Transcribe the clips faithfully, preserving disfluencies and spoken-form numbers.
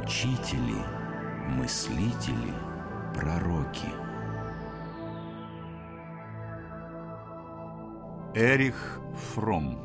учители, мыслители, пророки. Эрих Фромм.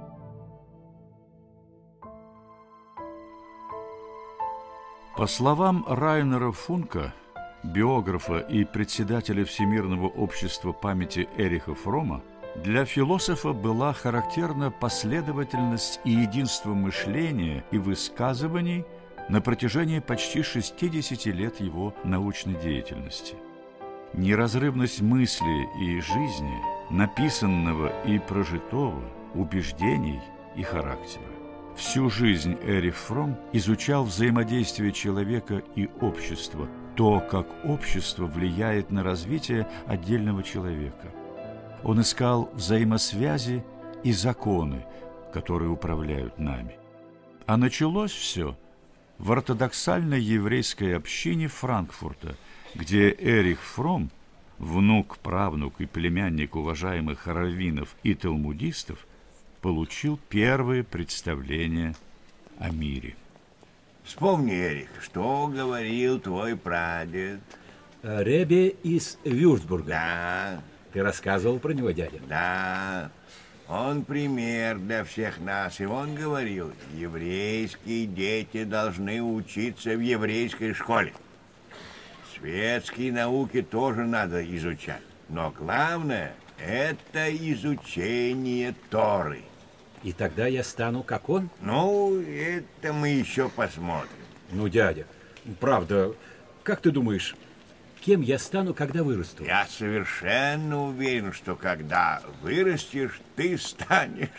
По словам Райнера Функа, биографа и председателя Всемирного общества памяти Эриха Фромма, для философа была характерна последовательность и единство мышления и высказываний на протяжении почти шестидесяти лет его научной деятельности. Неразрывность мысли и жизни, написанного и прожитого, убеждений и характера. Всю жизнь Эрих Фромм изучал взаимодействие человека и общества, то, как общество влияет на развитие отдельного человека. Он искал взаимосвязи и законы, которые управляют нами. А началось все в ортодоксальной еврейской общине Франкфурта, где Эрих Фромм, внук, правнук и племянник уважаемых раввинов и талмудистов, получил первые представления о мире. Вспомни, Эрих, что говорил твой прадед. Ребе из Вюрцбурга. Да. Ты рассказывал про него, дядя? Да. Он пример для всех нас. И он говорил, еврейские дети должны учиться в еврейской школе. Светские науки тоже надо изучать. Но главное – это изучение Торы. И тогда я стану как он? Ну, это мы еще посмотрим. Ну, дядя, правда, как ты думаешь, кем я стану, когда вырасту? Я совершенно уверен, что когда вырастешь, ты станешь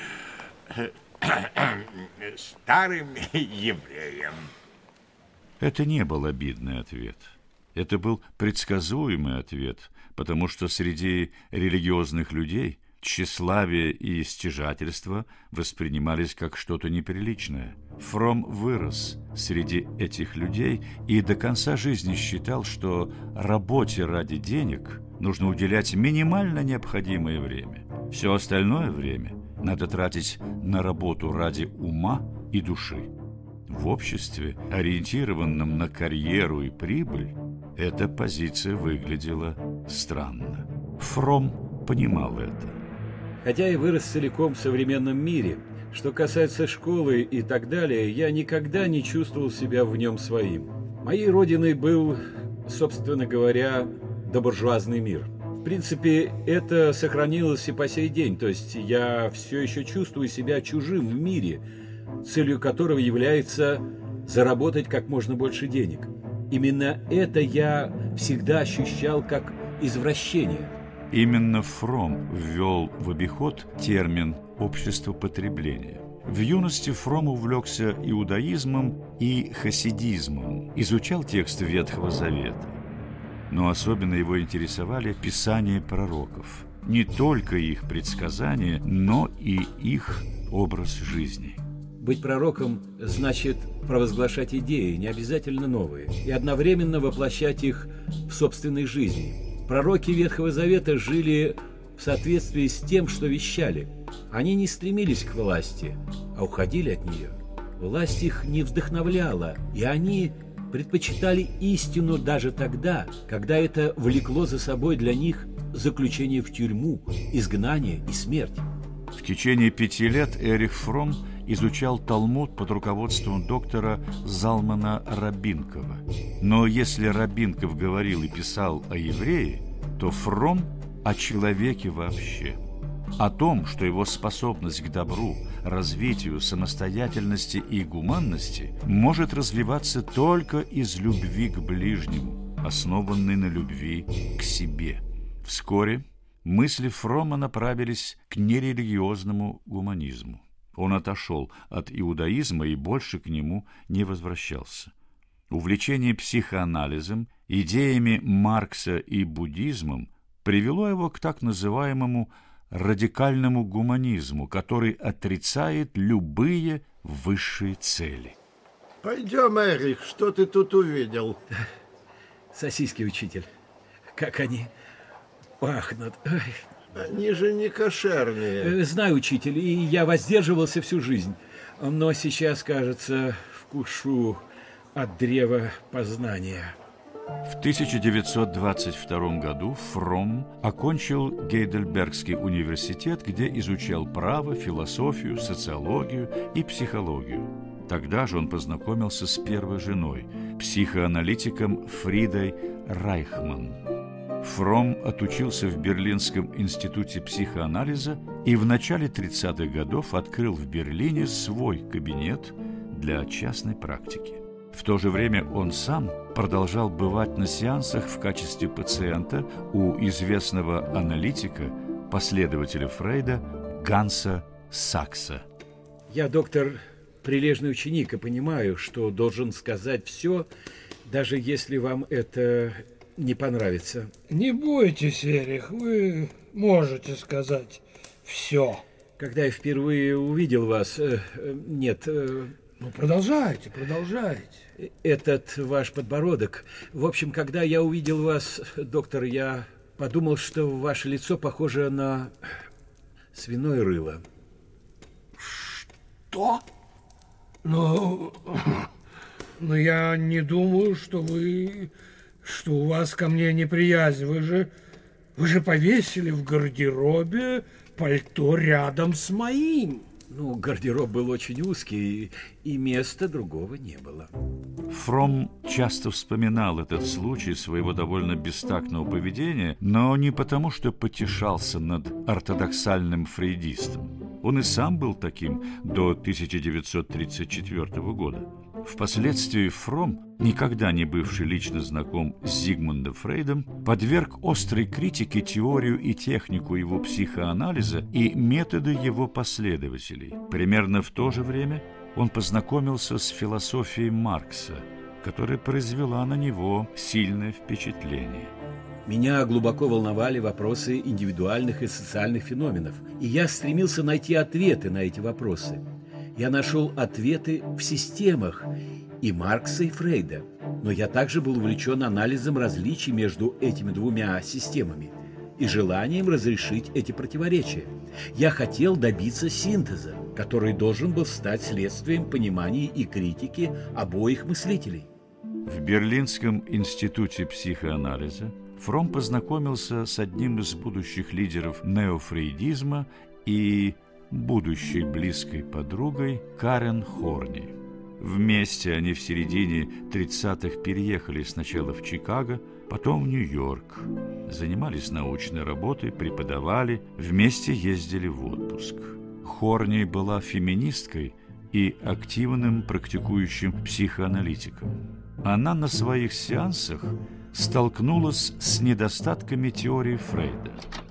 старым евреем. Это не был обидный ответ. Это был предсказуемый ответ, потому что среди религиозных людей тщеславие и стяжательство воспринимались как что-то неприличное. Фромм вырос среди этих людей и до конца жизни считал, что работе ради денег нужно уделять минимально необходимое время. Все остальное время надо тратить на работу ради ума и души. В обществе, ориентированном на карьеру и прибыль, эта позиция выглядела странно. Фромм понимал это. Хотя и вырос целиком в современном мире, что касается школы и так далее, я никогда не чувствовал себя в нем своим. Моей родиной был, собственно говоря, добуржуазный мир. В принципе, это сохранилось и по сей день, то есть я все еще чувствую себя чужим в мире, целью которого является заработать как можно больше денег. Именно это я всегда ощущал как извращение. Именно Фромм ввел в обиход термин «общество потребления». В юности Фромм увлекся иудаизмом и хасидизмом, изучал тексты Ветхого Завета. Но особенно его интересовали писания пророков. Не только их предсказания, но и их образ жизни. Быть пророком значит провозглашать идеи, не обязательно новые, и одновременно воплощать их в собственной жизни. Пророки Ветхого Завета жили в соответствии с тем, что вещали. Они не стремились к власти, а уходили от нее. Власть их не вдохновляла, и они предпочитали истину даже тогда, когда это влекло за собой для них заключение в тюрьму, изгнание и смерть. В течение пяти лет Эрих Фромм изучал Талмуд под руководством доктора Залмана Рабинкова. Но если Рабинков говорил и писал о еврее, то Фромм о человеке вообще. О том, что его способность к добру, развитию, самостоятельности и гуманности может развиваться только из любви к ближнему, основанной на любви к себе. Вскоре мысли Фромма направились к нерелигиозному гуманизму. Он отошел от иудаизма и больше к нему не возвращался. Увлечение психоанализом, идеями Маркса и буддизмом привело его к так называемому радикальному гуманизму, который отрицает любые высшие цели. Пойдем, Эрих, что ты тут увидел? Сосиски, учитель. Как они пахнут. Они же не кошерные. Знаю, учитель, и я воздерживался всю жизнь. Но сейчас, кажется, вкушу. от древа познания. В тысяча девятьсот двадцать втором году Фромм окончил Гейдельбергский университет, где изучал право, философию, социологию и психологию. Тогда же он познакомился с первой женой, психоаналитиком Фридой Райхман. Фромм отучился в Берлинском институте психоанализа и в начале тридцатых годов открыл в Берлине свой кабинет для частной практики. В то же время он сам продолжал бывать на сеансах в качестве пациента у известного аналитика, последователя Фрейда Ганса Сакса. Я, доктор, прилежный ученик и понимаю, что должен сказать все, даже если вам это не понравится. Не бойтесь, Эрих, вы можете сказать все. Когда я впервые увидел вас, э, э, нет... Э, ну, продолжайте, продолжайте. Этот ваш подбородок. В общем, когда я увидел вас, доктор, я подумал, что ваше лицо похоже на свиное рыло. Что? Ну, но я не думаю, что вы... что у вас ко мне неприязнь. Вы же, вы же повесили в гардеробе пальто рядом с моим. Ну, гардероб был очень узкий, и места другого не было. Фромм часто вспоминал этот случай своего довольно бестактного поведения, но не потому, что потешался над ортодоксальным фрейдистом. Он и сам был таким до тысяча девятьсот тридцать четвёртого года. Впоследствии Фромм, никогда не бывший лично знаком с Зигмундом Фрейдом, подверг острой критике теорию и технику его психоанализа и методы его последователей. Примерно в то же время он познакомился с философией Маркса, которая произвела на него сильное впечатление. Меня глубоко волновали вопросы индивидуальных и социальных феноменов, и я стремился найти ответы на эти вопросы. Я нашел ответы в системах и Маркса, и Фрейда, но я также был увлечен анализом различий между этими двумя системами и желанием разрешить эти противоречия. Я хотел добиться синтеза, который должен был стать следствием понимания и критики обоих мыслителей. В Берлинском институте психоанализа Фромм познакомился с одним из будущих лидеров неофрейдизма и будущей близкой подругой Карен Хорни. Вместе они в середине тридцатых переехали сначала в Чикаго, потом в Нью-Йорк. Занимались научной работой, преподавали, вместе ездили в отпуск. Хорни была феминисткой и активным практикующим психоаналитиком. Она на своих сеансах столкнулась с недостатками теории Фрейда.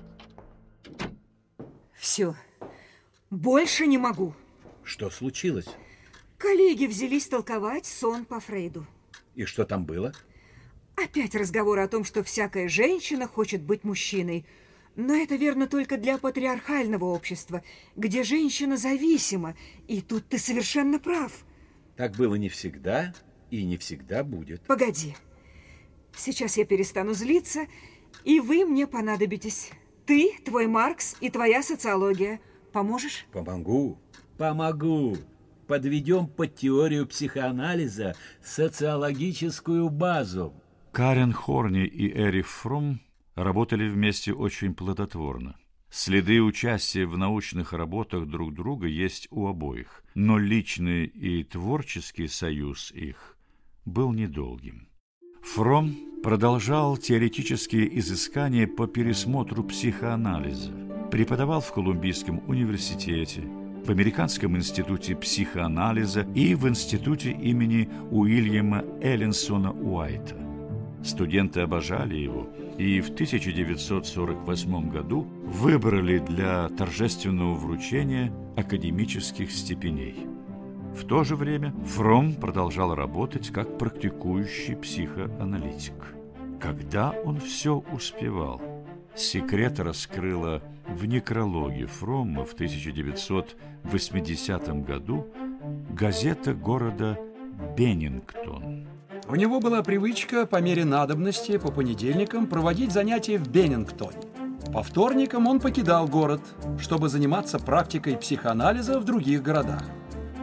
Все. Больше не могу. Что случилось? Коллеги взялись толковать сон по Фрейду. И что там было? Опять разговор о том, что всякая женщина хочет быть мужчиной. Но это верно только для патриархального общества, где женщина зависима. И тут ты совершенно прав. Так было не всегда и не всегда будет. Погоди. Сейчас я перестану злиться, и вы мне понадобитесь. Ты, твой Маркс и твоя социология. Поможешь? Помогу. Помогу. Подведем под теорию психоанализа социологическую базу. Карен Хорни и Эрих Фромм работали вместе очень плодотворно. Следы участия в научных работах друг друга есть у обоих, но личный и творческий союз их был недолгим. Фромм продолжал теоретические изыскания по пересмотру психоанализа, преподавал в Колумбийском университете, в Американском институте психоанализа и в институте имени Уильяма Эллинсона Уайта. Студенты обожали его и в тысяча девятьсот сорок восьмом году выбрали для торжественного вручения академических степеней. В то же время Фромм продолжал работать как практикующий психоаналитик. Когда он все успевал? Секрет раскрыла в некрологе Фромма в тысяча девятьсот восьмидесятом году газета города Беннингтон. У него была привычка по мере надобности по понедельникам проводить занятия в Беннингтоне. По вторникам он покидал город, чтобы заниматься практикой психоанализа в других городах.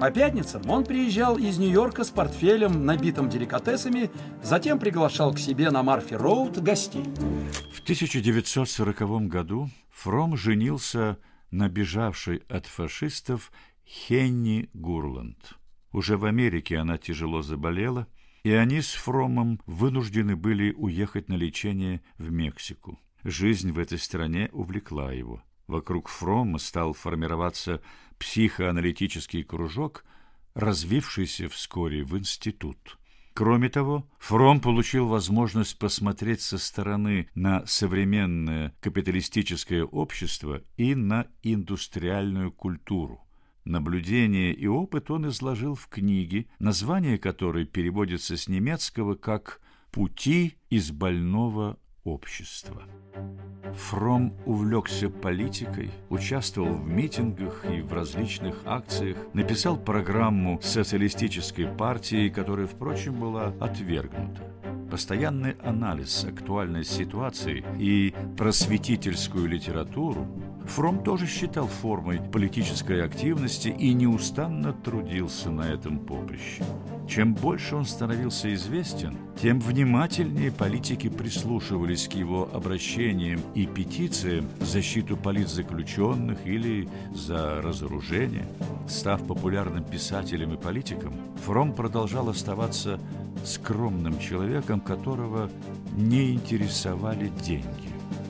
По пятницам он приезжал из Нью-Йорка с портфелем, набитым деликатесами, затем приглашал к себе на Марфи-Роуд гостей. В тысяча девятьсот сороковом году Фром женился на бежавшей от фашистов Хенни Гурланд. Уже в Америке она тяжело заболела, и они с Фромом вынуждены были уехать на лечение в Мексику. Жизнь в этой стране увлекла его. Вокруг Фрома стал формироваться психоаналитический кружок, развившийся вскоре в институт. Кроме того, Фром получил возможность посмотреть со стороны на современное капиталистическое общество и на индустриальную культуру. Наблюдения и опыт он изложил в книге, название которой переводится с немецкого как «Пути из больного общества». Фром увлекся политикой, участвовал в митингах и в различных акциях, написал программу социалистической партии, которая, впрочем, была отвергнута. Постоянный анализ актуальной ситуации и просветительскую литературу Фром тоже считал формой политической активности и неустанно трудился на этом поприще. Чем больше он становился известен, тем внимательнее политики прислушивались к его обращениям и петициям в защиту политзаключенных или за разоружение. Став популярным писателем и политиком, Фром продолжал оставаться скромным человеком, которого не интересовали деньги.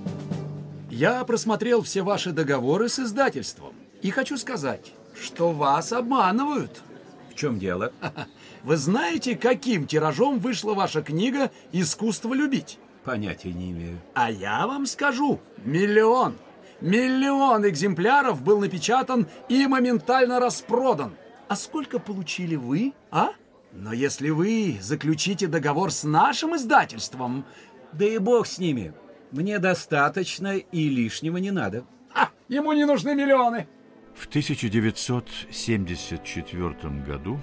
Я просмотрел все ваши договоры с издательством и хочу сказать, что вас обманывают. В чем дело? Вы знаете, каким тиражом вышла ваша книга «Искусство любить»? Понятия не имею. А я вам скажу, миллион. Миллион экземпляров был напечатан и моментально распродан. А сколько получили вы, а? Но если вы заключите договор с нашим издательством... Да и бог с ними. Мне достаточно и лишнего не надо. А, ему не нужны миллионы. В тысяча девятьсот семьдесят четвёртом году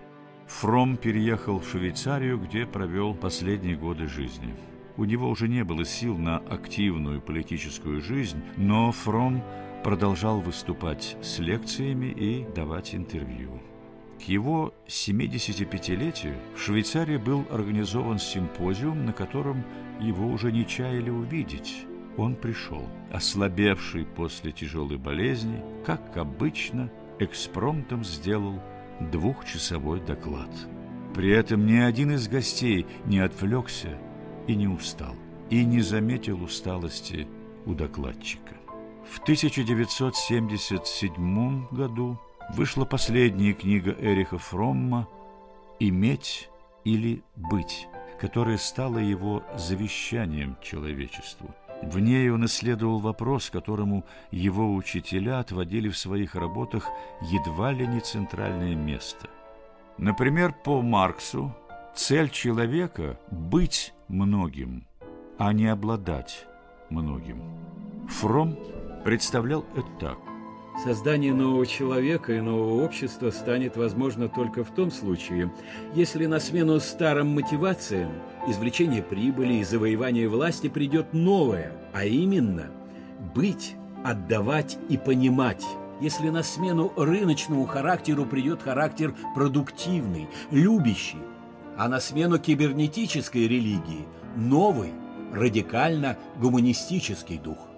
Фром переехал в Швейцарию, где провел последние годы жизни. У него уже не было сил на активную политическую жизнь, но Фром продолжал выступать с лекциями и давать интервью. К его семидесятипятилетию в Швейцарии был организован симпозиум, на котором его уже не чаяли увидеть. Он пришел, ослабевший после тяжелой болезни, как обычно, экспромтом сделал двухчасовой доклад. При этом ни один из гостей не отвлекся и не устал, и не заметил усталости у докладчика. В тысяча девятьсот семьдесят седьмом году вышла последняя книга Эриха Фромма «Иметь или быть», которая стала его завещанием человечеству. В ней он исследовал вопрос, которому его учителя отводили в своих работах едва ли не центральное место. Например, по Марксу цель человека – быть многим, а не обладать многим. Фром представлял это так. Создание нового человека и нового общества станет возможно только в том случае, если на смену старым мотивациям, извлечение прибыли и завоевание власти придет новое, а именно быть, отдавать и понимать. Если на смену рыночному характеру придет характер продуктивный, любящий, а на смену кибернетической религии новый, радикально гуманистический дух.